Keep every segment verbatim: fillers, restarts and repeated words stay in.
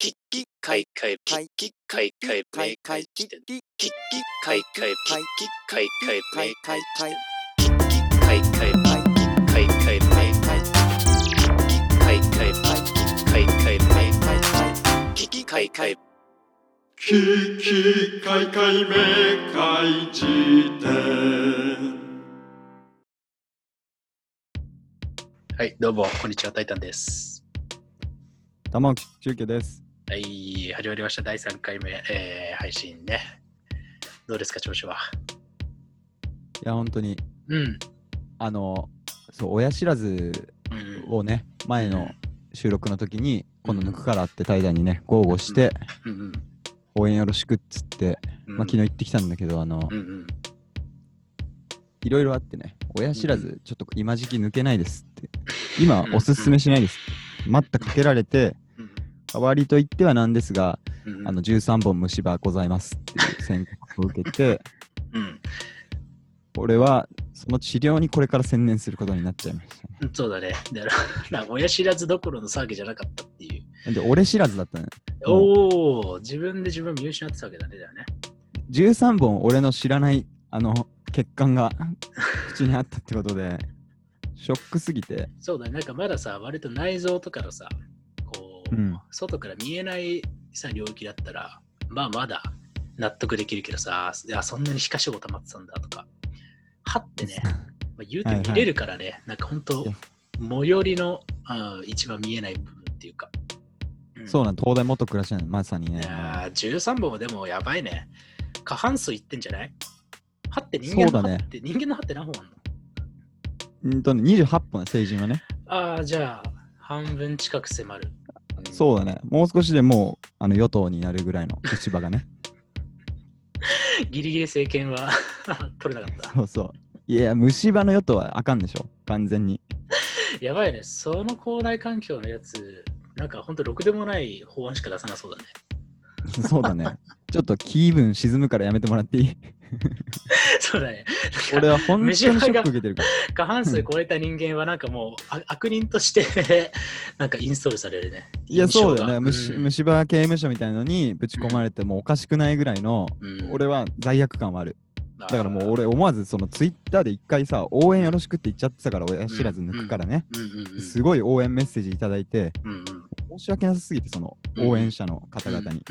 キッキカイカイキッキカイカイメカイキッキカイカイキッキカイカイメカイキッキカイカイキッキカイカイメカイキッキカイカイキッキカイカイメカイキッキカイカイキキカイカイメカイ辞典。 はい、どうもこんにちは、タイタンです。 玉木中継です。 はい、始まりましただいさんかいめ、えー、配信ね。どうですか調子は。 いや本当に、 うん、 あのそう親知らずをね、うん、前の収録の時に、うん、今度抜くからってタイタンにね豪語して、うんうんうん、応援よろしくっつって、うんまあ、昨日行ってきたんだけどあの、うんうん、いろいろあってね、親知らずちょっと今時期抜けないですって、今おすすめしないですって待ったかけられて、代わりと言ってはなんですが、うん、あのじゅうさんぼん虫歯ございますっていう宣告を受けて、うん、俺はその治療にこれから専念することになっちゃいました、ね、 そうだね。だから親知らずどころの騒ぎじゃなかったっていう。 で俺知らずだったね。 おお、自分で自分見失ってたわけだね。だよね。 じゅうさんぼん俺の知らないあの血管が口にあったってことでショックすぎて。 そうだね。なんかまださ、割と内臓とかのさ、こう、うん、外から見えないさ領域だったら、まあまだ納得できるけどさ、いやそんなに皮下脂肪溜まってたんだとか、歯ってね、まあ、言うて見れるからね、はいはい、なんか本当最寄りのあ一番見えない部分っていうか。 うん、そうなん、東大元暮らしなの、まさにね。 いやじゅうさんぼんもでもやばいね。過半数いってんじゃない？歯って人間の歯って、ね、人間の歯って何本あるの？ うんとね、にじゅうはっぽん、成人はね。 ああ、じゃあ半分近く迫る。 うん、そうだね。もう少しでもうあの与党になるぐらいの虫歯がね。 ギリギリ政権は取れなかった。 そうそう。いや、虫歯の与党はあかんでしょ、完全に。 やばいね。その校内環境のやつ、なんかほんとろくでもない法案しか出さなそうだね。 そうだね。ちょっと気分沈むからやめてもらっていい？ そうだね。 俺は本当にショック受けてるから。 過半数超えた人間はなんかもう悪人としてなんかインストールされるね。 いやそうだよね、うん、虫, 虫歯刑務所みたいのにぶち込まれてもおかしくないぐらいの、うん、俺は罪悪感はある。だからもう俺思わずそのツイッターで一回さ応援よろしくって言っちゃってたから、親知らず抜くからね、すごい応援メッセージいただいて、うんうん、申し訳なさすぎてその応援者の方々に。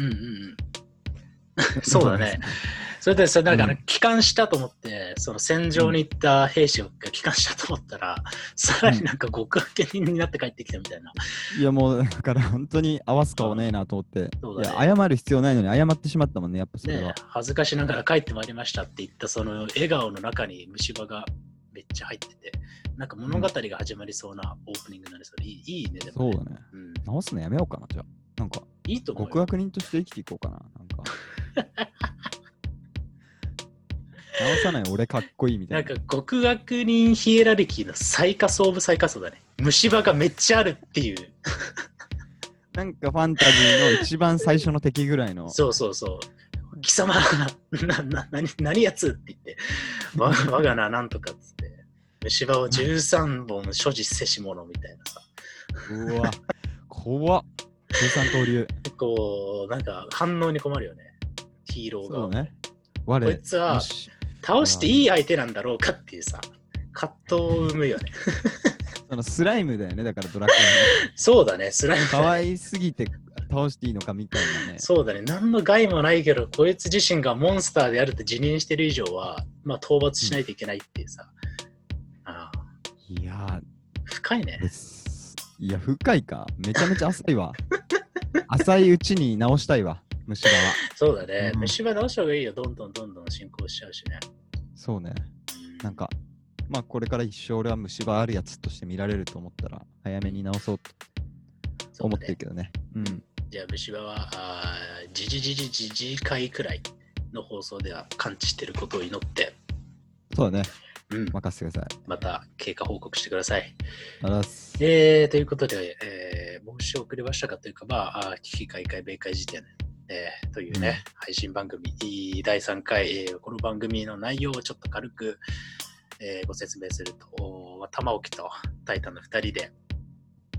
そうだね。それでそれなんか、ね、帰還したと思ってその戦場に行った兵士が帰還したと思ったら、うん、さらになんか極悪人になって帰ってきたみたいな。 いやもうだから本当に合わす顔ねえなと思って、ね、いや謝る必要ないのに謝ってしまったもんね、やっぱそれは、ね、 恥ずかしながら帰ってまいりましたって言ったその笑顔の中に虫歯がめっちゃ入ってて、なんか物語が始まりそうなオープニングなんですけど、うん、いい、いいね。でもね、 そうだね、うん、直すのやめようかな。じゃあなんかいいと思うよ。 極悪人として生きていこうかな。なんか直さない俺かっこいいみたいな。 なんか極悪人ヒエラルキーの最下層オブ最下層だね。虫歯がめっちゃあるっていうなんかファンタジーの一番最初の敵ぐらいのそうそうそう、貴様なな何何やつって言ってわ我が名なんとかっつって虫歯をじゅうさんぼん所持せし者みたいなさうわ怖っ、じゅうさんとうりゅうこうなんか反応に困るよね、ヒーローが。 そうね、 こいつは倒していい相手なんだろうかっていうさ葛藤を生むよねそのスライムだよね、だからドラクエの。 そうだね、スライム可愛すぎて倒していいのかみたいなね。 そうだね、何の害もないけどこいつ自身がモンスターであるって自認してる以上はまあ討伐しないといけないっていうさ、うん、あいや深いね。 いや深いか、めちゃめちゃ浅いわ浅いうちに直したいわ、虫歯は。 そうだね、うん、虫歯直した方がいいよ、どんどんどんどん進行しちゃうしね。 そうね、うん、なんかまあこれから一生俺は虫歯あるやつとして見られると思ったら早めに直そうと思ってるけどね。う、ね、うん。 じゃあ虫歯はじじじじじじ回くらいの放送では感知してることを祈って。 そうだね。 うん、 任せてください。 また経過報告してください。 ありがとうございます。 えー、ということで、えー、申し遅れましたかというか、まあ、危機開会、米会辞典、えー、というね、うん、配信番組だいさんかい、えー、この番組の内容をちょっと軽く、えー、ご説明すると、玉置とタイタンのふたりで、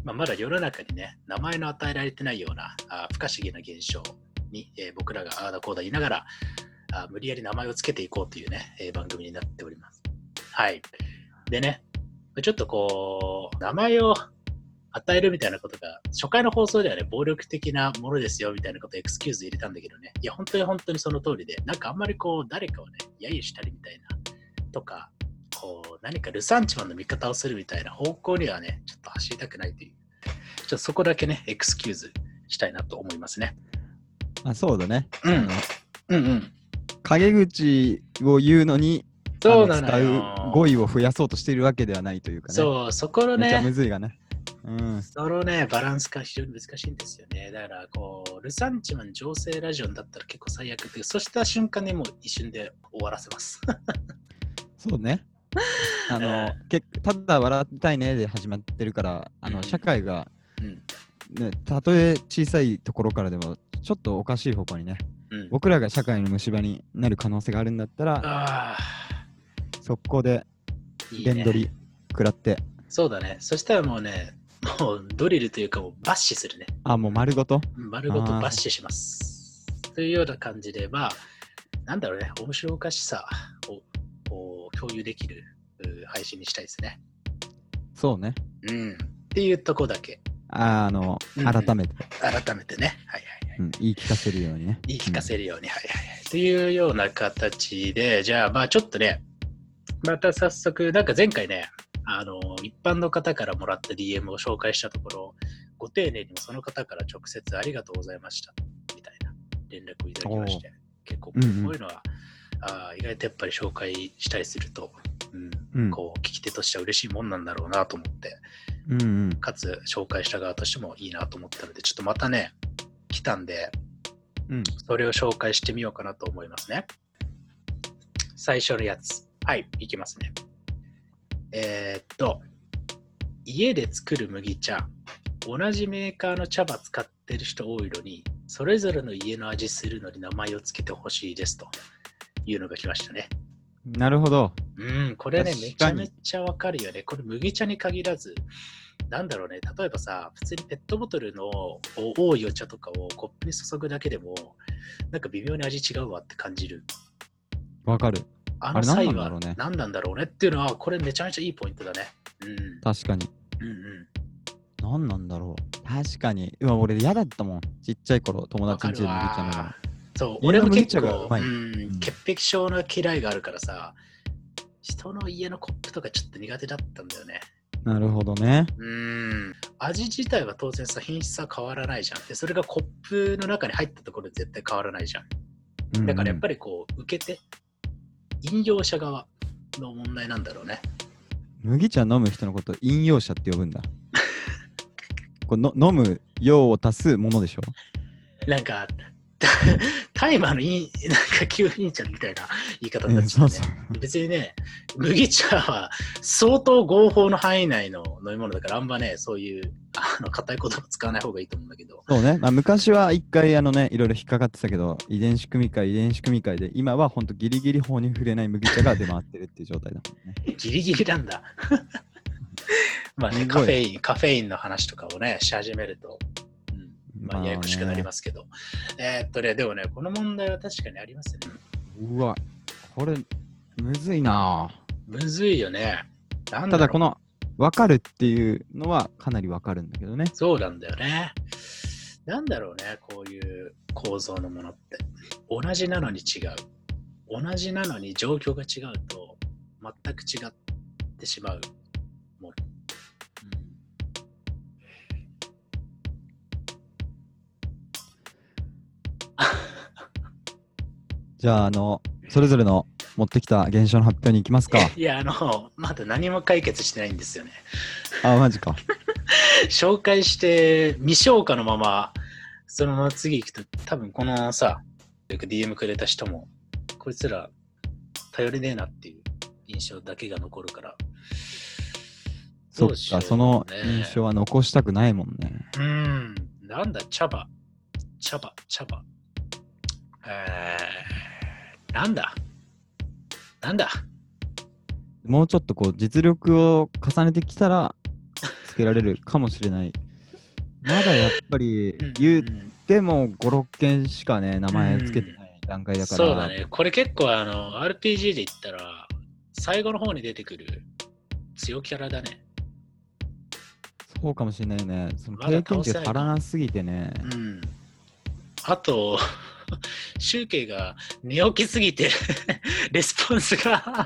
まあ、まだ世の中にね、名前の与えられてないようなあ不可思議な現象に、えー、僕らがああだこうだ言いながらあ無理やり名前をつけていこうというね、えー、番組になっております。はい。でね、ちょっとこう、名前を与えるみたいなことが、初回の放送ではね、暴力的なものですよみたいなことをエクスキューズ入れたんだけどね、いや、本当に本当にその通りで、なんかあんまりこう、誰かをね、揶揄したりみたいな、とか、こう、何かルサンチマンの味方をするみたいな方向にはね、ちょっと走りたくないという、ちょっとそこだけね、エクスキューズしたいなと思いますね。 あ、そうだね。 うん。うんうん。 陰口を言うのに、 そうなの使う語彙を増やそうとしているわけではないというかね。 そう、そこのね、 めっちゃむずいがね。うん、 そのね、バランスが非常に難しいんですよね。だから、こう、ルサンチマン情勢ラジオだったら結構最悪って、そうした瞬間にもう一瞬で終わらせます。 そうね。あの、けただ笑いたいねで始まってるから、あの、うん、社会が、ね、たとえ小さいところからでも、ちょっとおかしい方向にね、うん、僕らが社会の虫歯になる可能性があるんだったら、そこで電取り食らって。 そうだね。そしたらもうね、もうドリルというかもうバッシュするね。 あ、もう丸ごと丸ごとバッシュします。というような感じで、まあ、なんだろうね、面白おかしさを共有できる配信にしたいですね。 そうね。 うん。っていうとこだけ。 あ、あの、改めて、 うん。改めてね。はいはいはい。 うん、言い聞かせるようにね。 言い聞かせるように。うん、はいはいはい。というような形で、じゃあまあちょっとね、また早速、なんか前回ね、あの一般の方からもらった ディーエム を紹介したところ、ご丁寧にもその方から直接ありがとうございましたみたいな連絡をいただきまして、結構こういうのは、うんうん、あ意外とやっぱり紹介したりすると、うんうん、こう聞き手としては嬉しいもんなんだろうなと思って、 うんうん、 かつ紹介した側としてもいいなと思ったので、ちょっとまたね、来たんで、うん、それを紹介してみようかなと思いますね。最初のやつ。はい、いきますね。えー、っと、家で作る麦茶、同じメーカーの茶葉使ってる人多いのに、それぞれの家の味するのに名前をつけてほしいですというのが来ましたね。 なるほど。 うん、これね、めちゃめちゃわかるよね。これ麦茶に限らず、なんだろうね、例えばさ、普通にペットボトルの多いお茶とかをコップに注ぐだけでも、なんか微妙に味違うわって感じる。 わかる。 あの際は何なんだろうねっていうのは、これめちゃめちゃいいポイントだね。うん、 確かに。 うんうん。 何なんだろう。確かに。うわ、俺嫌だったもん。ちっちゃい頃、友達ん家で麦茶飲む。 そう、俺も結構、うん、潔癖症の嫌いがあるからさ、人の家のコップとかちょっと苦手だったんだよね。 なるほどね。 うん。味自体は当然さ、品質は変わらないじゃん。で、それがコップの中に入ったところで絶対変わらないじゃん。うんうん、だからやっぱりこう、受けて、飲用者側の問題なんだろうね。 麦茶飲む人のこと飲用者って呼ぶんだ。これの飲む用を足すものでしょ。なんかタイマーのいいなんか吸引茶みたいな言い方になっちゃうね。そうそう別にね、麦茶は相当合法の範囲内の飲み物だから、あんまね、そういうあの硬い言葉使わない方がいいと思うんだけど。 そうね、まあ、昔は一回あのね、いろいろ引っかかってたけど、遺伝子組み換え、遺伝子組み換えで、今はほんとギリギリ法に触れない麦茶が出回ってるっていう状態だもんね。 ギリギリなんだ。まあね、カフェイン、カフェインの話とかをね、し始めると。まあ、ややこしくなりますけど、まあね、えー、っとね、でもね、この問題は確かにありますね。 うわ、これ、むずいなむずいよね。 なんだただ、この、分かるっていうのはかなり分かるんだけどね。 そうなんだよね。なんだろうね、こういう構造のものって。同じなのに違う。同じなのに状況が違うと、全く違ってしまうもの。 じゃあ、あの、それぞれの持ってきた現象の発表に行きますか。 いや、あの、まだ何も解決してないんですよね。 あ、マジか。 紹介して未消化のまま、そのまま次行くと、多分このさ、よく ディーエム くれた人も、こいつら頼りねえなっていう印象だけが残るから。 そっか、その印象は残したくないもんね。 うん、なんだ、茶葉、茶葉、茶葉。えー、なんだなんだもうちょっとこう実力を重ねてきたらつけられるかもしれない。まだやっぱり言ってもご、ろっけんしかね、名前つけてない段階だから。 そうだね。これ結構あの、アールピージー で言ったら、最後の方に出てくる強キャラだね。 そうかもしれないね。その経験値が足らなすぎてね。 うん。あと、集計が寝起きすぎて、レスポンスが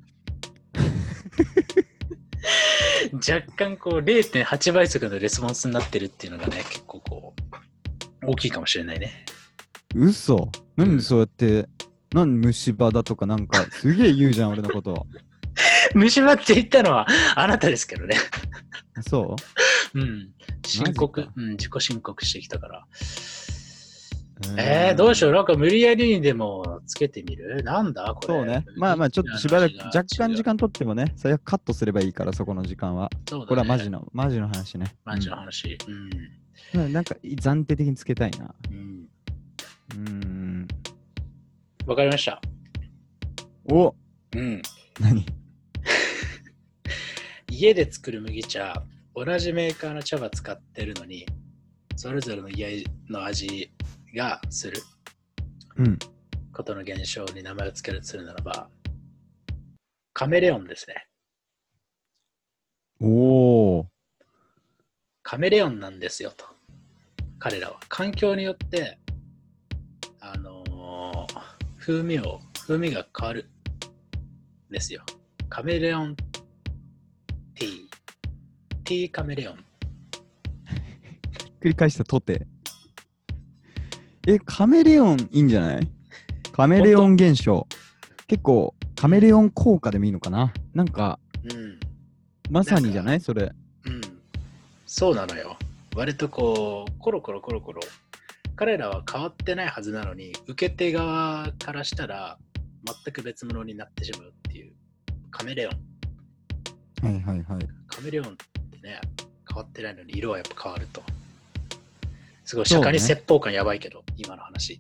若干こう れいてんはち 倍速のレスポンスになってるっていうのがね、結構こう、大きいかもしれないね。 嘘？なんでそうやって、なんで虫歯だとかなんかすげえ言うじゃん、俺のこと。 虫歯って言ったのはあなたですけどね。 そううん。申告、うん、自己申告してきたから。えー、どうしよう、なんか無理やりにでもつけてみる？なんだこれ。 そうね。まあまあ、ちょっとしばらく、若干時間取ってもね、最悪カットすればいいから、そこの時間は。そうだね、これはマジの、マジの話ね。 マジの話。 うん。なんか、暫定的につけたいな。うん。うーん。 わかりました。 おうん。 何家で作る麦茶、同じメーカーの茶葉使ってるのに、それぞれの家の味がする、 うん、 ことの現象に名前を付けるとするならば、カメレオンですね。 おー。 カメレオンなんですよと。彼らは環境によってあのー、風味を風味が変わるんですよ。カメレオンティーティーカメレオン。 繰り返したとて。え、カメレオンいいんじゃない？カメレオン現象。結構カメレオン効果でもいいのかな。なんか、うん、まさにじゃないそれ。 うん。そうなのよ。割とこうコロコロコロコロ彼らは変わってないはずなのに、受け手側からしたら全く別物になってしまうっていうカメレオン。 はいはいはい。 カメレオンってね、変わってないのに色はやっぱ変わると。すごい釈迦に説法感やばいけど、ね、今の話。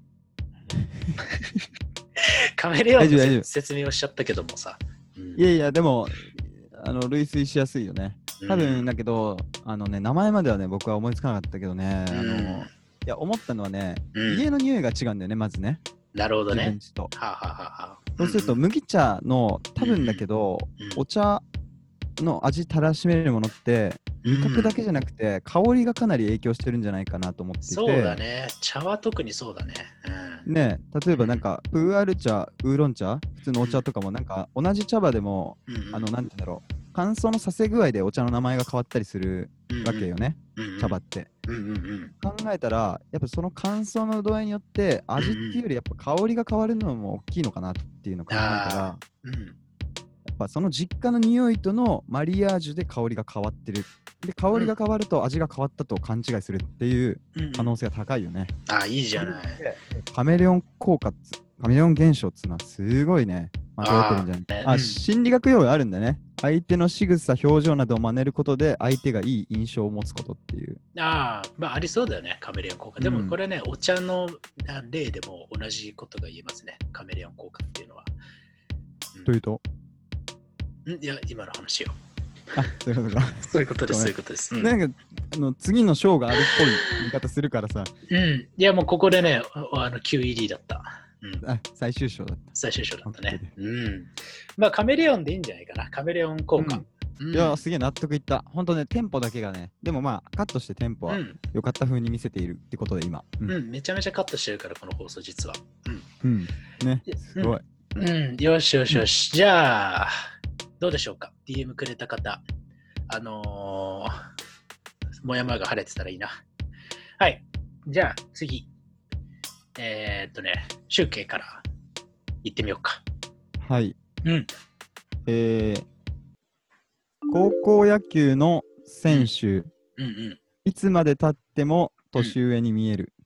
カメレオンの説明をしちゃったけどもさ。 うん、いやいや、でも、あの類推しやすいよね。多分だけど、うん、あのね、名前まではね、僕は思いつかなかったけどね、うん、あのいや、思ったのはね、うん、家の匂いが違うんだよね、まずね。 なるほどね。 自分ちと。 はあ、はあはあ、 そうすると、麦茶の、多分だけど、うん、お茶の味たらしめるものって、味覚だけじゃなくて、香りがかなり影響してるんじゃないかなと思っていて。 そうだね。茶は特にそうだね。 うん、ね、例えばなんか、プーアール茶、ウーロン茶、普通のお茶とかも、なんか、同じ茶葉でも、うん、あの、なんて言うんだろう。乾燥のさせ具合でお茶の名前が変わったりするわけよね、うんうん、茶葉って、うんうんうん、考えたらやっぱその乾燥の度合いによって味っていうよりやっぱ香りが変わるのも大きいのかなっていうのを考えたら、うん、やっぱその実家の匂いとのマリアージュで香りが変わってる。で香りが変わると味が変わったと勘違いするっていう可能性が高いよね、 うんうん、あ、いいじゃない。 カメレオン効果、カメレオン現象っていうのはすごいね間違ってるんじゃない。あ、あ、うん、心理学用語あるんだね。相手の仕草、表情などを真似ることで相手がいい印象を持つことっていう。 ああ、まあありそうだよね、カメレオン効果。でもこれね、うん、お茶の例でも同じことが言えますね、カメレオン効果っていうのは。 うん、というとんいや、今の話よ。 あ、そういうことか。 そういうことです、そういうことです。 うん、なんかあの次の章があるっぽい言い方するからさ。 うん、いやもうここでね、あの キューイーディー だった。 うん、あ、最終章だった。 最終章だったね。うん。まあカメレオンでいいんじゃないかな。カメレオン効果。 うんうん、いや、すげえ納得いった。ほんとね、テンポだけがね、でもまあカットしてテンポは良かった風に見せているってことで今。 うん、うん、めちゃめちゃカットしてるから、この放送実は。 うん。うん、ね、すごい。 うん、うん、よしよしよし。うん、じゃあ、どうでしょうか。ディーエム くれた方。あのー、もやもやが晴れてたらいいな。はい。じゃあ次。えー、っとね、集計から行ってみようか。 はい。 うん。 えー、高校野球の選手、うんうんうん、 いつまでたっても年上に見える。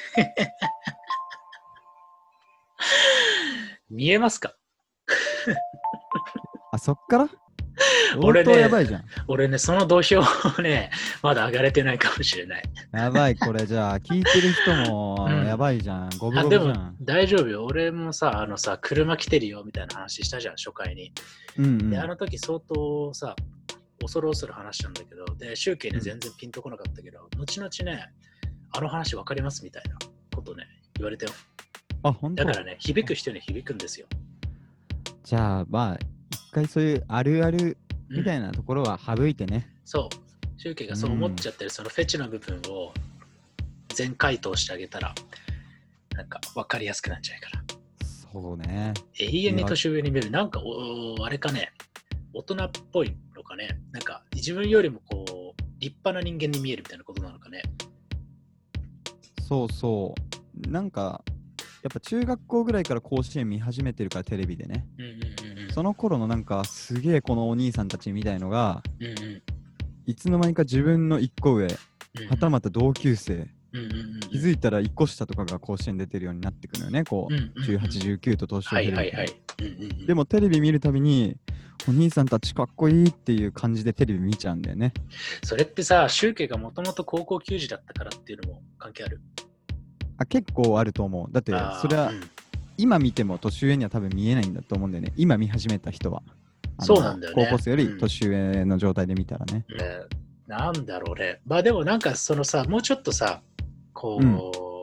うん、見えますか？ あ、そっから俺ね、 やばいじゃん。 俺ね、その土俵をね、まだ上がれてないかもしれない。 やばい、これじゃあ、聞いてる人もやばいじゃん。ゴブゴブじゃん。 でも大丈夫よ。俺もさ、あのさ、車来てるよみたいな話したじゃん、初回に。 うんうん、 で、あの時相当さ、 恐る恐る話したんだけど、で、集計ね、全然ピンとこなかったけど、うん、後々ね、あの話分かりますみたいなことね、言われてよ。 あ、本当？ だからね、響く人に響くんですよ。 じゃあ、まあ、一回そういうあるあるみたいなところは省いてね。 うん、そう。集計がそう思っちゃってる、そのフェチな部分を全回答してあげたら、なんか分かりやすくなっちゃうから。 そうね。 永遠に年上に見える。なんかお、あれかね、大人っぽいのかね。なんか、自分よりもこう、立派な人間に見えるみたいなことなのかね。 そうそう。なんか、やっぱ中学校ぐらいから甲子園見始めてるから、テレビでね。 うんうんうんうん、その頃のなんか、すげえこのお兄さんたちみたいのが、 うんうん、いつの間にか自分の一個上、うんうん、はたまた同級生、うんうんうんうん、気づいたら一個下とかが甲子園出てるようになってくるよね、こう、うんうんうん、じゅうはち、じゅうきゅうと年を経る、はいはいはい、うんうんうん、でもテレビ見るたびにお兄さんたちかっこいいっていう感じでテレビ見ちゃうんだよね。 それってさ、シュウケイがもともと高校球児だったからっていうのも関係ある？ あ、結構あると思う。だってそれは、うん、今見ても年上には多分見えないんだと思うんだよね、今見始めた人は。 そうなんだよね。 高校生より年上の状態で見たらね、 うん、えー、なんだろうね。まあでもなんかそのさ、もうちょっとさ、こう、うん、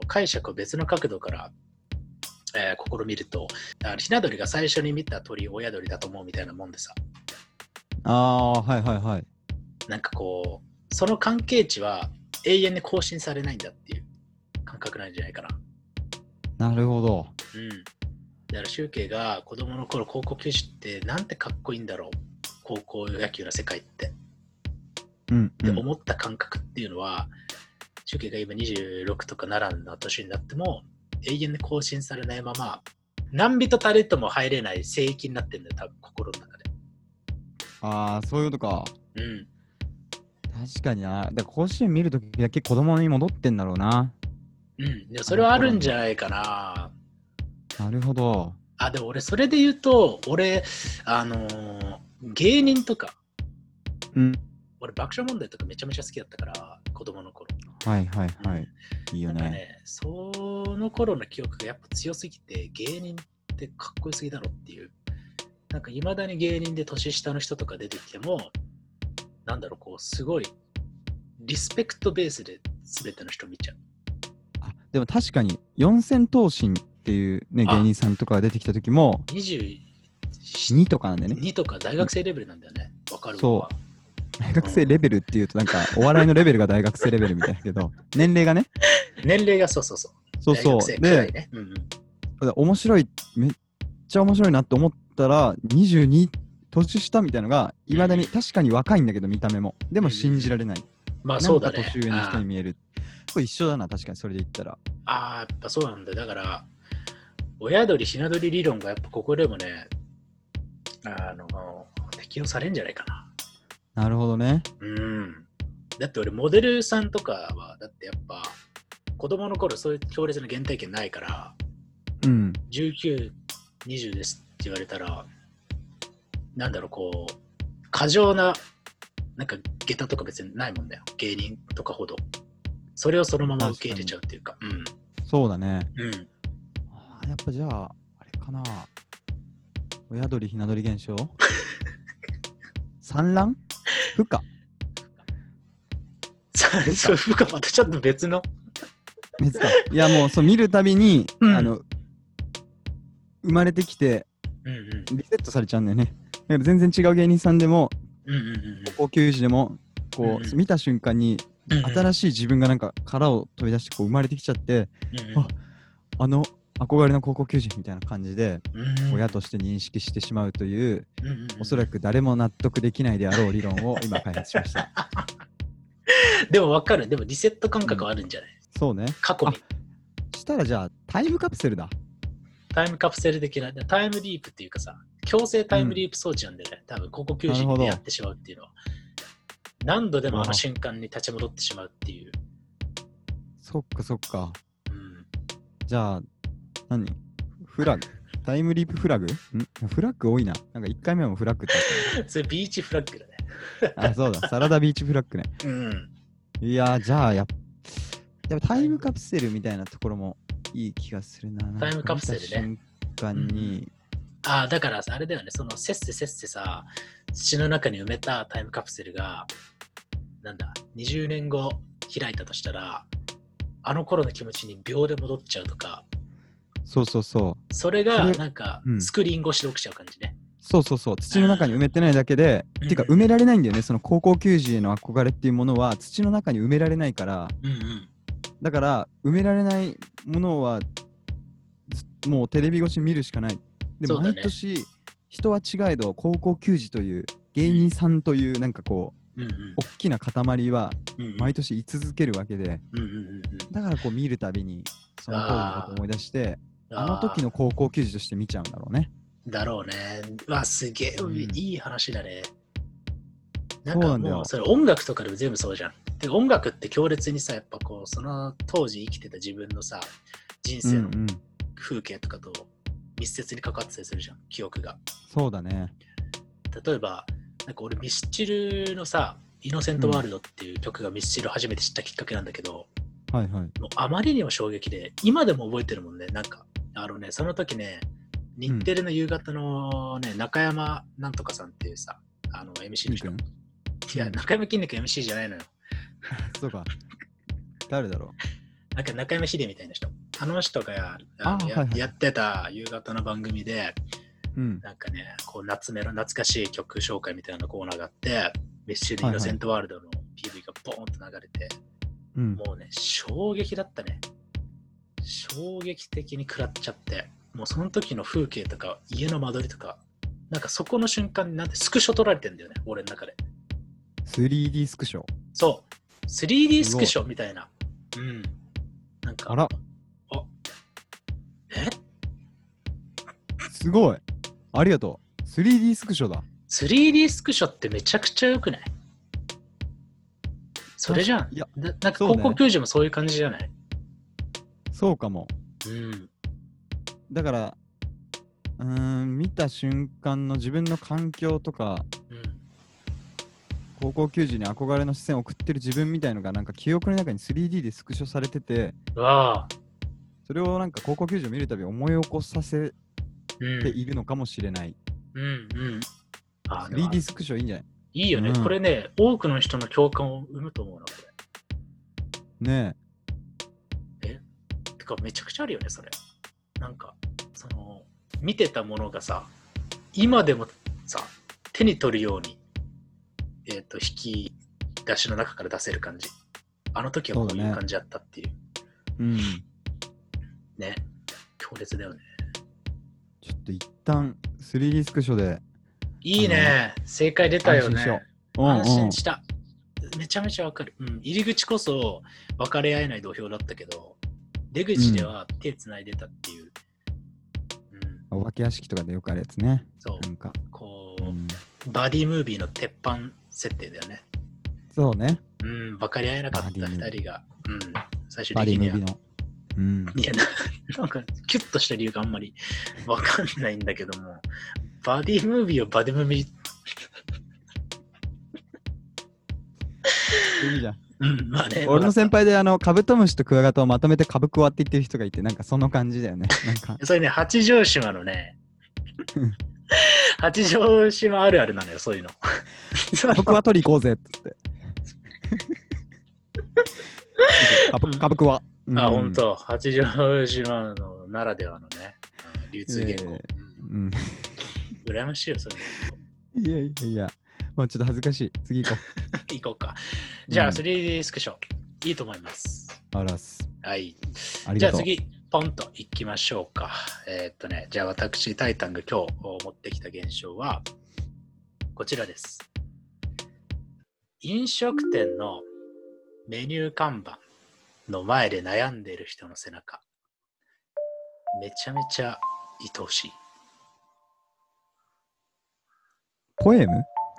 解釈を別の角度から、えー、試みると、ひな鳥が最初に見た鳥親鳥だと思うみたいなもんでさ。 ああ、はいはいはい。 なんかこう、その関係値は永遠に更新されないんだっていう感覚なんじゃないかな。 なるほど。 うん。だからシュウケイが子供の頃高校球児ってなんてかっこいいんだろう、高校野球の世界って。 うん、うん。 って思った感覚っていうのは、シュウケイが今にじゅうろくとかななの年になっても永遠に更新されないまま、何人たりとも入れない聖域になってるんだよ、多分心の中で。 ああ、そういうことか。 うん。 確かにな。だから甲子園見るときだけ子供に戻ってんだろうな。 うん。いや、それはあるんじゃないかな。 なるほど。 あ、でも俺それで言うと、俺、あのー、芸人とか、 うん。 俺爆笑問題とかめちゃめちゃ好きだったから、子供の頃。 はいはいはい。うん、いいよね。 なんかね、その頃の記憶がやっぱ強すぎて、芸人ってかっこよすぎだろっていう。なんかいまだに芸人で年下の人とか出てきても、なんだろう、こう、すごい、リスペクトベースで全ての人見ちゃう。 あ、でも確かに、四千頭身っていうね、芸人さんとかが出てきた時も、 にじゅうにとかなんだよね。 にとか大学生レベルなんだよね。わかるわ。 そう。大学生レベルっていうとなんかお笑いのレベルが大学生レベルみたいだけど、年齢がね。 年齢がそうそうそう。 そうそう。で、ね、うんうん、面白い、めっちゃ面白いなって思ったら、にじゅうに年下みたいなのが、いまだに確かに若いんだけど、見た目も。でも信じられない。うん、 まあそうだね。 なんか年上の人に見える。これ一緒だな、確かにそれで言ったら。 ああ、やっぱそうなんだ。だから、親鳥、ひな鳥理論がやっぱここでもね、あの、適用されるんじゃないかな。 なるほどね。 うん。だって俺モデルさんとかはだってやっぱ子供の頃そういう強烈な原体験ないから、 うん、 じゅうきゅう、にじゅうですって言われたら、なんだろう、こう過剰ななんか下駄とか別にないもんだよ、芸人とかほど。それをそのまま受け入れちゃうっていうか。うん、 そうだね。 うん。 あ、やっぱじゃああれかな、親鳥ひな鳥現象産卵孵化そう、孵化またちょっと別の別か。いやもうそう見るたびに、うん、あの生まれてきて、うんうん、リセットされちゃうんだよね。全然違う芸人さんでも、うんうんうん、高校球児でもこう、うんうん、見た瞬間に、うんうん、新しい自分がなんか殻を飛び出してこう生まれてきちゃって、うんうん、あ, あの憧れの高校球児みたいな感じで、うん、親として認識してしまうという、うんうんうん、おそらく誰も納得できないであろう理論を今開発しましたでも分かる。でもリセット感覚はあるんじゃない、うん、 そうね。 過去に。 したらじゃあタイムカプセルだ。 タイムカプセル的なタイムリープっていうかさ、強制タイムリープ装置なんでね、うん、多分高校球児にやってしまうっていうのは何度でもあの瞬間に立ち戻ってしまうっていう。 そっかそっか、うん、じゃあ何フラグタイムリープフラグんフラッグ多いな。なんかいっかいめもフラッグってあったそれビーチフラッグだねあ、そうだ、サラダビーチフラッグね。 うん。 いや、じゃあやっぱタイムカプセルみたいなところもいい気がするな。 タイムカプセルね。 瞬間に、 うん、ああ、だからあれだよね、そのせっせせっせさ、 土の中に埋めたタイムカプセルが、なんだ、にじゅうねんご開いたとしたら、あの頃の気持ちに秒で戻っちゃうとか、 そうそうそう。 それがなんかスクリーン越しで起きちゃう感じね。 そうそうそう。土の中に埋めてないだけで、うん、てか埋められないんだよね。その高校球児への憧れっていうものは土の中に埋められないから、 うんうん、 だから埋められないものはもうテレビ越し見るしかない。でも毎年人は違えど高校球児という芸人さんというなんかこう、うんうん、大きな塊は毎年居続けるわけで、うんうんうん、だからこう見るたびにその当時のことを思い出して、あの時の高校球児として見ちゃうんだろうね。 だろうね。わ、すげえ、うん、いい話だね。なんかもうそれ音楽とかでも全部そうじゃん。で音楽って強烈にさ、やっぱこうその当時生きてた自分のさ人生の風景とかと密接に関わってたりするじゃん、記憶が。 そうだね。 例えばなんか俺ミスチルのさイノセントワールドっていう曲がミスチル初めて知ったきっかけなんだけど、 うん、はいはい。 もうあまりにも衝撃で今でも覚えてるもんね。なんかあのねその時ね日テレの夕方のね、うん、中山なんとかさんっていうさあの エムシー の人、いや中山筋肉 エムシー じゃないのよ。 そうか。誰だろう。なんか中山秀みたいな人。あの人が や, あや, はいはい、やってた夕方の番組で、うん、なんかねこう夏メロ懐かしい曲紹介みたいなコーナーがあってミスチルイノセントワールドの ピーブイ がボーンと流れて、はいはい、もうね衝撃だったね。衝撃的に食らっちゃって、もうその時の風景とか家の間取りとかなんかそこの瞬間になんてスクショ撮られてんだよね俺の中で。 スリーディー スクショ。 そう スリーディー スクショみたいな。うんなんかあらあえすごいありがとう。 スリーディー スクショだ。 スリーディー スクショってめちゃくちゃ良くない？それじゃん。いやななんか高校球児もそういう感じじゃない？ そうかも。 うん。 だから、うーん、見た瞬間の自分の環境とか、うん、高校球児に憧れの視線を送ってる自分みたいのがなんか記憶の中に スリーディー でスクショされてて、 わそれをなんか高校球児を見るたび思い起こさせているのかもしれない。 うんうん。 あ スリーディー スクショいいんじゃない？ いいよね、うん、これね、多くの人の共感を生むと思うな、これ。ねえ。えてか、めちゃくちゃあるよね、それ。なんか、その、見てたものがさ、今でもさ、手に取るように、えっと、引き出しの中から出せる感じ。あの時はこういう感じだったっていう。 うね、うん。 ね、強烈だよね。 ちょっと一旦 スリーディー スクショで。 いいね。正解出たよね。 安心しよう。安心した。めちゃめちゃわかる、うん。入り口こそ分かれ合えない土俵だったけど、出口では手つないでたっていう。 うん、お化け屋敷とかでよくあるやつね。 そう。 なんかこう、うん、バディムービーの鉄板設定だよね。 そうね。 うん、分かり合えなかったふたりが、うん、最終的には。バディムービーの。 うん、いやな、なんかキュッとした理由があんまり分かんないんだけども、バディムービーをバディムービーいいじゃん。 うんまあね、 俺の先輩であのカブトムシとクワガタをまとめてカブクワって言ってる人がいて、なんかその感じだよね。なんかそれね、八丈島のね八丈島あるあるなのよ、そういうの。 僕は取り行こうぜっつってカブ、カブクワ、 うん、あ、ほんと八丈島のならではのね流通言語、えーうん、羨ましいよ、それ。 いやいやいや、もうちょっと恥ずかしい。次行こう。行こうか。じゃあ、うん、スリーディー スクショ、いいと思います。 あらす。 はい。じゃあ次、ポンと行きましょうか。えー、っとね、じゃあ私、タイタンが今日持ってきた現象は、こちらです。飲食店のメニュー看板の前で悩んでいる人の背中。めちゃめちゃ愛おしい。 ポエム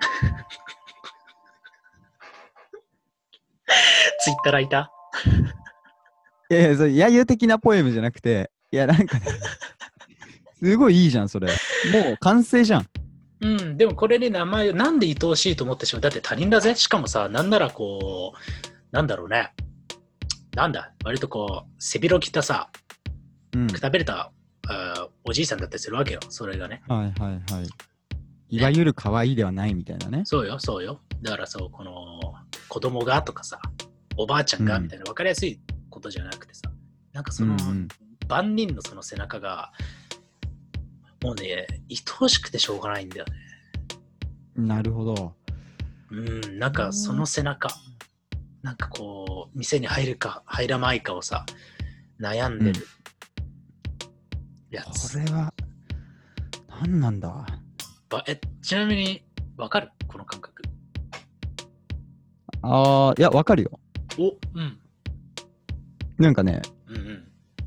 ツイッターライターいやいや、それ揶揄的なポエムじゃなくて、いやなんか、ね、すごいいいじゃん、それ。もう完成じゃん。 うん、でもこれで名前、なんで愛おしいと思ってしまう。だって他人だぜ。しかもさ、なんならこう、なんだろうね。なんだ、割とこう、背広着たさ、うん、くたびれたあおじいさんだったりするわけよ、それがね。 はいはいはい。 いわゆる可愛いではないみたいなね。 そうよ、そうよ。だからそう、この子供がとかさ、おばあちゃんがみたいな分かりやすいことじゃなくてさ、うん、なんかその、うんうん、万人のその背中が、もうね、愛おしくてしょうがないんだよね。 なるほど。 うん、なんかその背中、なんかこう、店に入るか入らないかをさ、悩んでるやつ。 うん、これは、何なんだえ、ちなみに、わかるこの感覚。 ああ、いや、わかるよ。 お、うん。 なんかね、 うんうん、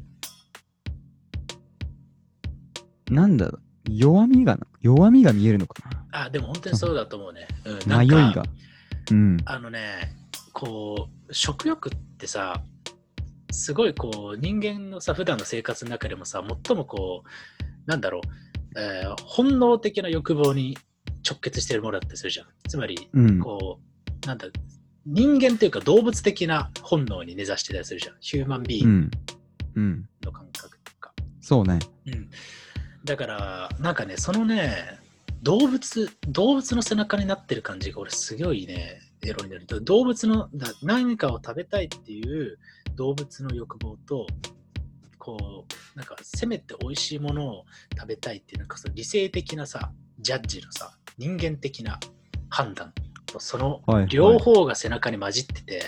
なんだろう、弱みが、弱みが見えるのかな。あ、でも本当にそうだと思うね。うん、 迷いが。うん。 あのね、こう、食欲ってさ、すごいこう、人間のさ、普段の生活の中でもさ、最もこう、なんだろう、えー、本能的な欲望に直結しているものだったりするじゃん。つまり、うん、こう、なんだ、人間というか動物的な本能に根ざしてたりするじゃん。ヒューマンビーイングの感覚とか。 うんうん、そうね。 うん。だから、なんかね、そのね、動物、動物の背中になってる感じが俺すごいね、エロになる。動物の、だ何かを食べたいっていう動物の欲望と、こう、なんかせめて美味しいものを食べたいっていう、なんかその理性的なさ、ジャッジのさ、人間的な判断と、その両方が背中に混じってて、はいはい、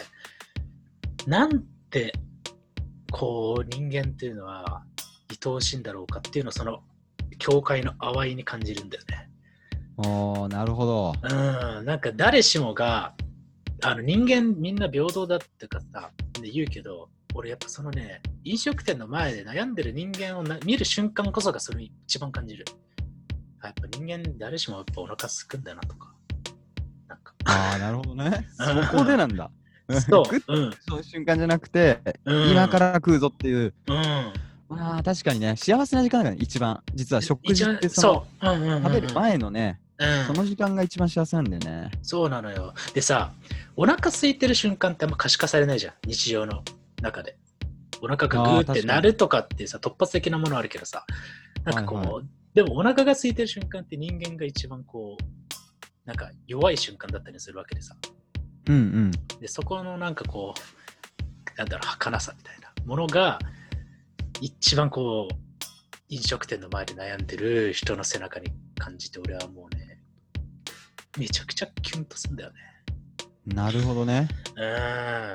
なんて、こう、人間っていうのは愛おしいんだろうかっていうのを、その境界の淡いに感じるんだよね。 ああ、なるほど。 うん、なんか誰しもが、あの人間みんな平等だってかさ、で言うけど、俺やっぱそのね、飲食店の前で悩んでる人間をな見る瞬間こそがそれ一番感じる。やっぱ人間誰しもやっぱお腹すくんだよなとか。なんかああ、なるほどね。そこでなんだ。 そう、 うん、そういう瞬間じゃなくて、うん、今から食うぞっていう。うん、まあ確かにね、幸せな時間だからね、一番。実は食事ってその、うんうんうんうん、食べる前のね、うん、その時間が一番幸せなんだよね。 そうなのよ。でさ、お腹空いてる瞬間ってあんま可視化されないじゃん、日常の中で。お腹がグーってなるとかってさ、突発的なものあるけどさ、なんかこう、はいはい、でもお腹が空いてる瞬間って人間が一番こう、なんか弱い瞬間だったりするわけでさ。 うんうん。 で、そこのなんかこう、なんだろう、儚さみたいなものが、一番こう、飲食店の前で悩んでる人の背中に感じて、俺はもうね、めちゃくちゃキュンとするんだよね。 なるほどね。 うん、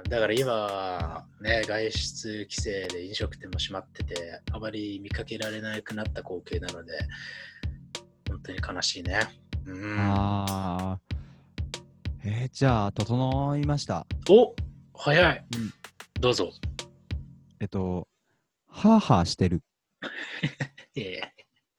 だから今はね、外出規制で飲食店も閉まってて、あまり見かけられなくなった光景なので、本当に悲しいね。うん、 ああ。えー、じゃあ、整いました。 お、早い。うん、どうぞ。 えっと、ハーハーしてる。 いやいや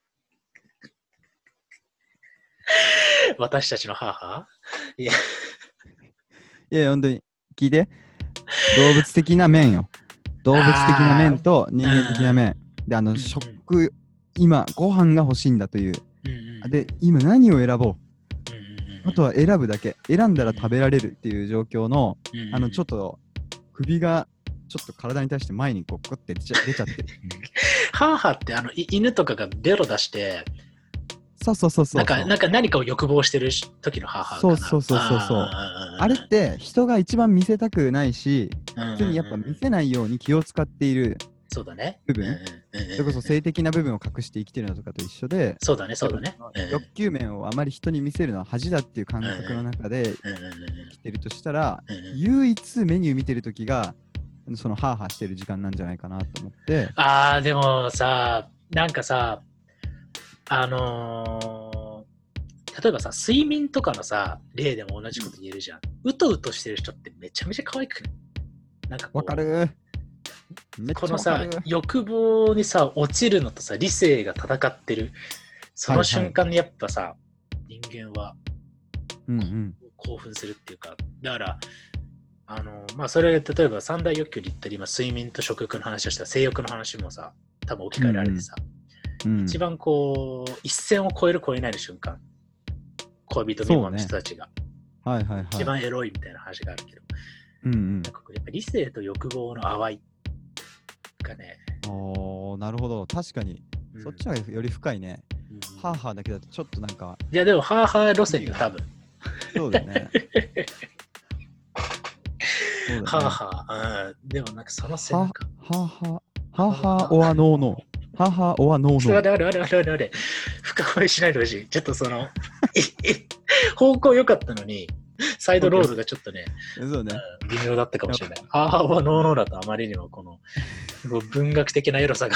私たちのハーハーいや。 いや、本当に、聞いて。動物的な面よ。動物的な面と人間的な面。で、あの、食、今、ご飯が欲しいんだという。で、今何を選ぼう。あとは選ぶだけ。選んだら食べられるっていう状況の、あの、ちょっと、首が、ちょっと体に対して前にこう、グッて出ちゃ、出ちゃってる。 ハーハーって、あの、犬とかがベロ出して、 そうそうそうそう。 なんか、なんか何かを欲望してる時のハーハーかな。 そうそうそうそうそう。あれって人が一番見せたくないし、普通にやっぱ見せないように気を使っているそうだね。 部分。それこそ性的な部分を隠して生きてるのとかと一緒で、 そうだね、そうだね。 欲求面をあまり人に見せるのは恥だっていう感覚の中で生きてるとしたら、唯一メニュー見てる時が、そのハーハーしてる時間なんじゃないかなと思って。 あー、でもさ、なんかさ、あのー、例えばさ、睡眠とかのさ、例でも同じこと言えるじゃん。うとうとしてる人ってめちゃめちゃ可愛くない？なんかわかる。 このさ、欲望にさ、落ちるのとさ、理性が戦ってる、その瞬間にやっぱさ、はいはい、人間は、 うんうん、 興奮するっていうか、だから、あのー、まあ、それ、例えば三大欲求で言ったり、今、睡眠と食欲の話をしたら、性欲の話もさ、多分置き換えられてさ、うんうん、一番こう一線を越える越えないの瞬間、恋人未満の人たちが、 ね、はいはいはい、 一番エロいみたいな話があるけど、 うんうん、 なんかやっぱ理性と欲望の淡いがね。 おー、なるほど、確かに、うん、そっちはより深いね。うん、 ハーハーだけだとちょっとなんか。 いやでもハーハー路線よ多分。 そうだね。そうだねハーハー、うん、でもなんかその背中。 ハーハー、ハーハーオアノーノー。ハーハーオアノーノー。 あれあれあれあれあれあれ。深掘りしないでほしい。ちょっとその、方向良かったのに、サイドロールがちょっとね、 そうね、 うん、微妙だったかもしれない。ハーハーオアノーノーだとあまりにもこの、文学的なエロさが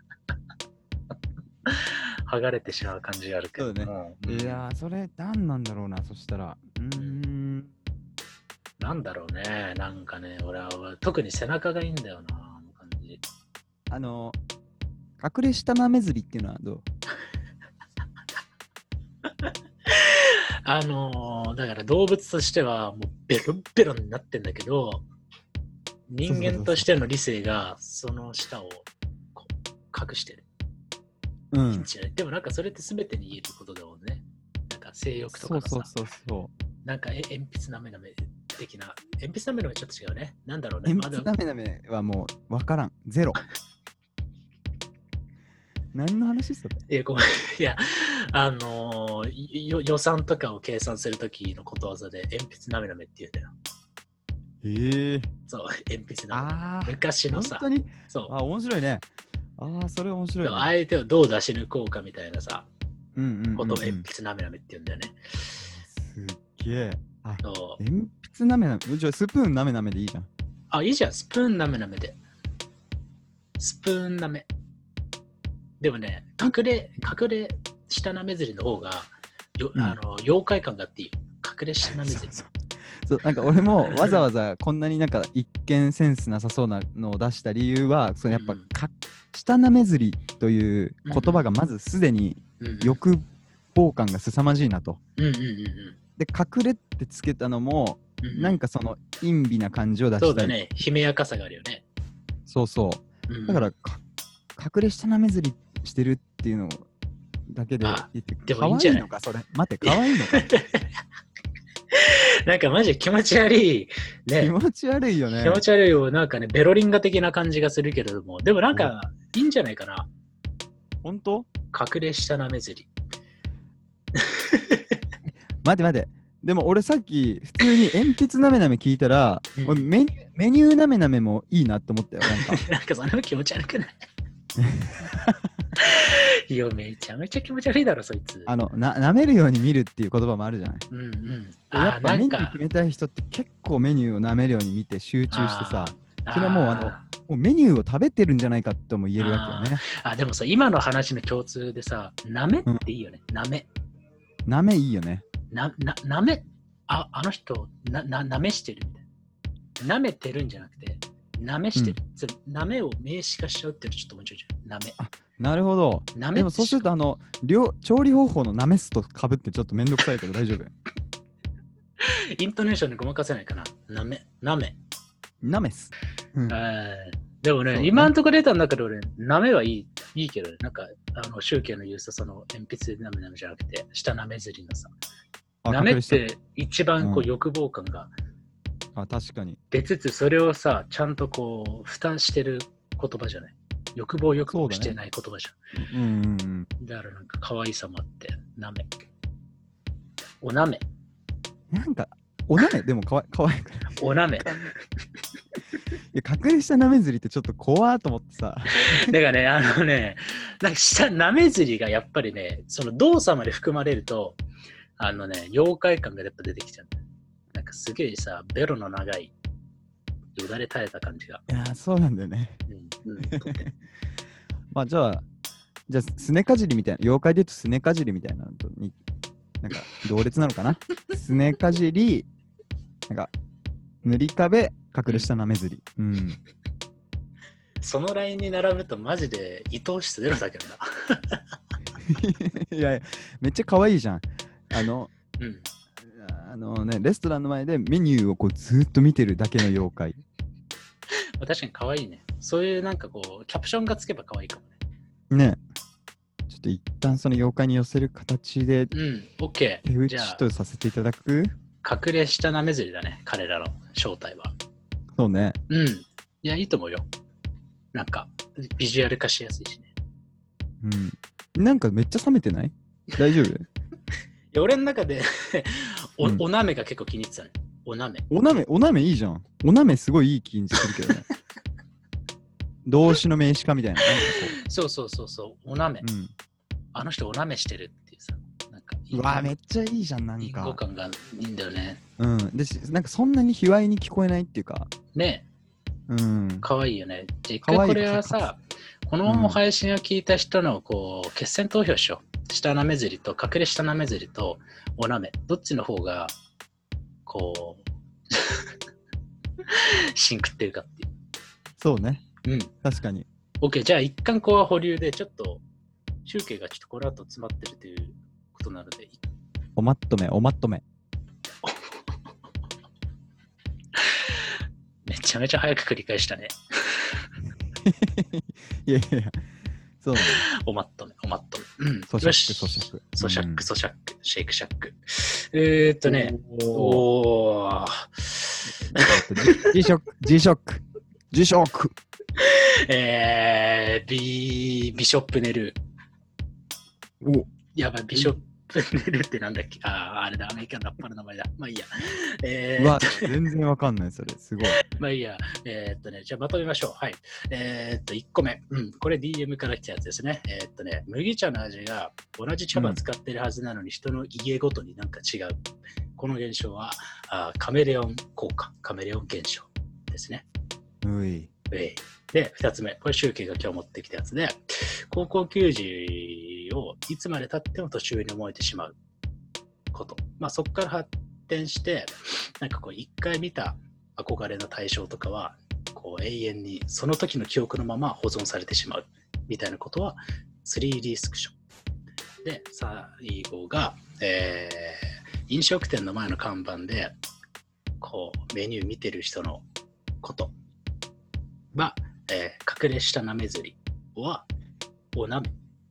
剥がれてしまう感じがあるけど。 そうだね。うん、いやー、それ何なんだろうな、そしたら。うーん。 なんだろうね、なんかね、俺は特に背中がいいんだよな、あの感じ。 あの、隠れ下なめずりっていうのはどう？ あのー、だから動物としてはもうベロンベロンになってんだけど、人間としての理性がその下をこう隠してる。 うん。 でもなんかそれって全てに言えることだもんね。なんか性欲とかのさ、 そうそうそうそう。 なんかえ鉛筆なめなめ的な。鉛筆なめなめちょっと違うね。なんだろうね。 鉛筆なめなめはもう分からん。ゼロ。何の話したいや、ごめん。いや、あのー、予算とかを計算するときのことわざで鉛筆なめなめって言うんだよ。 へえ。 そう、鉛筆なめなめ。昔のさ。 本当に？ そう。 あ、面白いね。ああ、それ面白い、ね。 相手をどう出し抜こうかみたいなさ、 うんうんうんうん、 ことを鉛筆なめなめって言うんだよね。 すっげえ。あ、 そう鉛筆なめなめ。じゃあスプーンなめなめでいいじゃん。 あ、いいじゃん。スプーンなめなめで。スプーンなめ。でもね、隠れ、隠れ下なめずりの方が、よ、うん、あの妖怪感があっていいよ。隠れ下なめずり。 そうそうそう、なんか俺もわざわざこんなになんか一見センスなさそうなのを出した理由は、そのやっぱか、うん、下なめずりという言葉がまずすでに欲望感が凄まじいなと。うんうんうんうん、で、隠れってつけたのも、うんうん、なんかその陰微な感じを出したい。 そうだね。姫やかさがあるよね。 そうそう。うん、だからか、隠れ下なめずりしてるっていうのだけで言ってでもいいんじゃないのかそれ。待って、可愛いのかなんかマジ気持ち悪い、ね、 気持ち悪いよね。 気持ち悪いよ。なんかね、ベロリンガ的な感じがするけれども、でもなんかいいんじゃないかな。 本当？ 隠れ下なめずり。 待って待って。でも俺さっき普通に鉛筆なめなめ聞いたら、うん、俺 メ, メニューなめなめもいいなって思ったよ。なんかなんかそれも気持ち悪くないいや、めちゃめちゃ気持ち悪いだろ、そいつ。 あの、な、舐めるように見るっていう言葉もあるじゃない。 うんうん。 やっぱメニュー決めたい人って結構メニューを舐めるように見て集中してさ、それはもうあの、もうメニューを食べてるんじゃないかとも言えるわけよね。 ああ、でもさ、今の話の共通でさ、舐めっていいよね。舐め。 舐めいいよね。 な、な、舐め、あ、あの人、な、な、舐めしてるみたいな。舐めてるんじゃなくて、舐めしてる。うん、舐めを名詞化しちゃうっていうのちょっと面白いじゃん。舐め。 あ、なるほど。でもそうすると、あの、料調理方法の舐めすとかぶってちょっとめんどくさいけど大丈夫。 イントネーションでごまかせないかな。舐め。舐め。 舐めす。 うん、でもね、ね今んとこ出たんだけど、俺、舐めはいい、いいけど、なんか、あの、宗教の言うさ、その、鉛筆で舐め舐めじゃなくて、下舐めずりのさ。舐めって一番こう、うん、欲望感が。 あ、確かに。 出つつ、それをさ、ちゃんとこう、負担してる言葉じゃない。欲望欲望してない言葉じゃん。 うんうんうん。 だからなんか可愛さもあって、なめ。おなめ。 なんか、おなめでもかわいかわいくない。 おなめ。いや、隠れしたなめずりってちょっと怖ーと思ってさ。 だからね、あのね、なんか下なめずりがやっぱりね、その動作まで含まれると、あのね、妖怪感がやっぱ出てきちゃう。なんかすげえさ、ベロの長い、よだれ垂れた感じが。 いやー、そうなんだよね。うんうん、まあじゃあ、じゃあ、すねかじりみたいな、妖怪で言うとすねかじりみたいなのとに、なんか同列なのかなすねかじり、なんか、塗り壁、隠れしたなめずり。うん。 そのラインに並ぶとマジで愛おしさゼロだけどな。 いやいや、めっちゃ可愛いじゃん。あの、 うん、 あのね、レストランの前でメニューをこうずーっと見てるだけの妖怪。 確かに可愛いね。そういうなんかこう、キャプションがつけば可愛いかもね。ね。ちょっと一旦その妖怪に寄せる形で、 うん、オッケー。 手打ちとさせていただく？ 隠れ下なめずりだね、彼らの正体は。 そうね。 うん。いや、いいと思うよ。なんか、ビジュアル化しやすいしね。 うん。なんかめっちゃ冷めてない？ 大丈夫？いや俺の中でお、 うん、 おなめが結構気に入ってたね。おなめ。 おなめ、おなめいいじゃん。おなめすごいいい気にするけどね。動詞の名詞化みたいな。なんかこうそうそうそうそう、おなめ、うん。あの人おなめしてるっていうさ。なんかいいうわめっちゃいいじゃん、なんか。 隠語感がいいんだよね。 うん。で、なんかそんなに卑猥に聞こえないっていうか。 ねえ。うん。 かわいいよね。じゃあ一回これはさ、この配信を聞いた人のこう決選投票しよう。下なめずりと隠れ下なめずりとおなめ。どっちの方がこうシンクっていうかっていう。 そうね。 うん。 確かに。 OK。じゃあ一貫こうは保留でちょっと集計がちょっとこの後詰まってるということなので。 おまっとめ、おまっとめ。 めちゃめちゃ早く繰り返したね。 いやいや、そうね。 おまっとめ、おまっとめ。うん。 咀嚼、咀嚼。 咀嚼、咀嚼、シェイクシャック。えーっとね、おー。 G-ショック、G-ショック、G-ショック。 えー、ビビショップネル。 おやばい、ビショップネルってなんだっけ。ああ、あれだ、アメリカンラッパーの名前だ。まあいいや。 えー、うわ、全然わかんない、それ。すごい。 まあいいや。えー、っとね、じゃあまとめましょう。はい。えー、っと、いっこめ。うん、これ ディーエム から来たやつですね。えー、っとね、麦茶の味が同じ茶葉使ってるはずなのに、うん、人の家ごとになんか違う。この現象はあカメレオン効果、カメレオン現象ですね。 うい。 うい。で、ふたつめ。これ、集計が今日持ってきたやつで、高校球児をいつまで経っても年上に思えてしまうこと。まあ、そこから発展して、なんかこう、一回見た憧れの対象とかは、こう、永遠にその時の記憶のまま保存されてしまうみたいなことは、スリーディー スクショ。で、最後が、えー、飲食店の前の看板で、こう、メニュー見てる人のことは、えー、隠れ下なめずりはおなめ。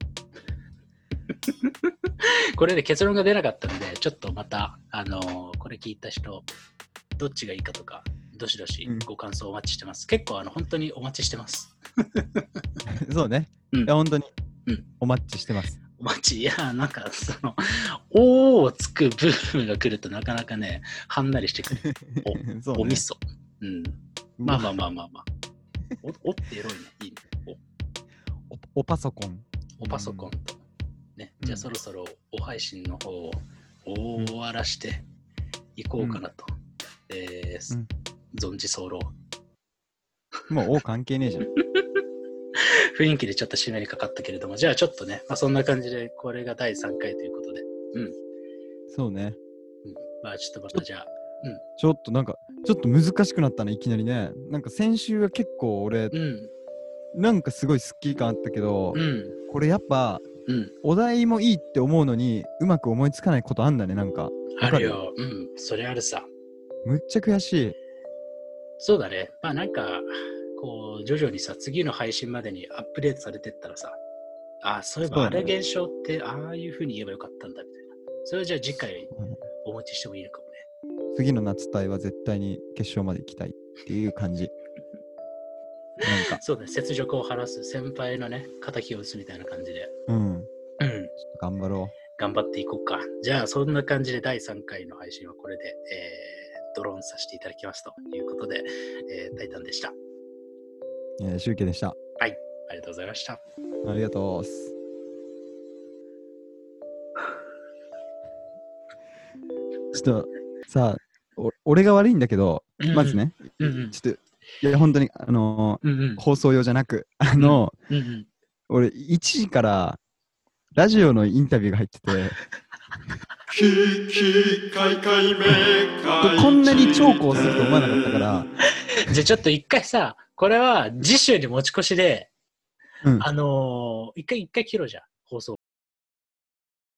これで結論が出なかったので、ちょっとまた、あのー、これ聞いた人、どっちがいいかとか、どしどしご感想お待ちしてます。うん、結構、あの、本当にお待ちしてます。 そうね。うん、いや、本当に、うん、お待ちしてます。 お待ち、いや、なんか、その、おーをつく部分が来るとなかなかね、はんなりしてくる。お、そうね、お味噌。うん。まあまあまあまあまあ。お, おってエロいね。いいね。 お, お, おパソコン。 おパソコンと。ね。うん、じゃあそろそろお配信の方を終わらしていこうかなと。うん、えーうん、存じ候。 もうお関係ねえじゃん。 雰囲気でちょっと締めにかかったけれども、じゃあちょっとね、まあ、そんな感じでこれがだいさんかいということで。うん。 そうね。 うん、まあちょっとまたじゃあ。うん、 ちょっとなんかちょっと難しくなったねいきなりね。なんか先週は結構俺、うん、なんかすごいスッキリ感あったけど、うん、これやっぱ、うん、お題もいいって思うのにうまく思いつかないことあんだね。なんかあるよ。うん、それあるさ。 むっちゃ悔しい。 そうだね。まあなんかこう徐々にさ次の配信までにアップデートされてったらさ、あそういえばあれ現象ってああいう風に言えばよかったんだみたいな。それはじゃあ次回お持ちしてもいいのかもね。 次の夏隊は絶対に決勝まで行きたいっていう感じ。 なんかそうだね、雪辱を晴らす先輩のね、敵を打つみたいな感じで。 うん。うん。頑張ろう。 頑張っていこうか。じゃあ、そんな感じでだいさんかいの配信はこれで、えー、ドローンさせていただきますということで、えー、タイタンでした。 えー、集計でした。 はい、ありがとうございました。 ありがとうっす。ちょっとさあ、俺が悪いんだけど、うんうん、まずね、うんうん、ちょっといや本当にあのーうんうん、放送用じゃなくあの、うんうん、俺いちじからラジオのインタビューが入っててこんなに長考すると思わなかったからじゃあちょっと一回さこれは次週に持ち越しで、うん、あのー、一回一回切ろうじゃん放送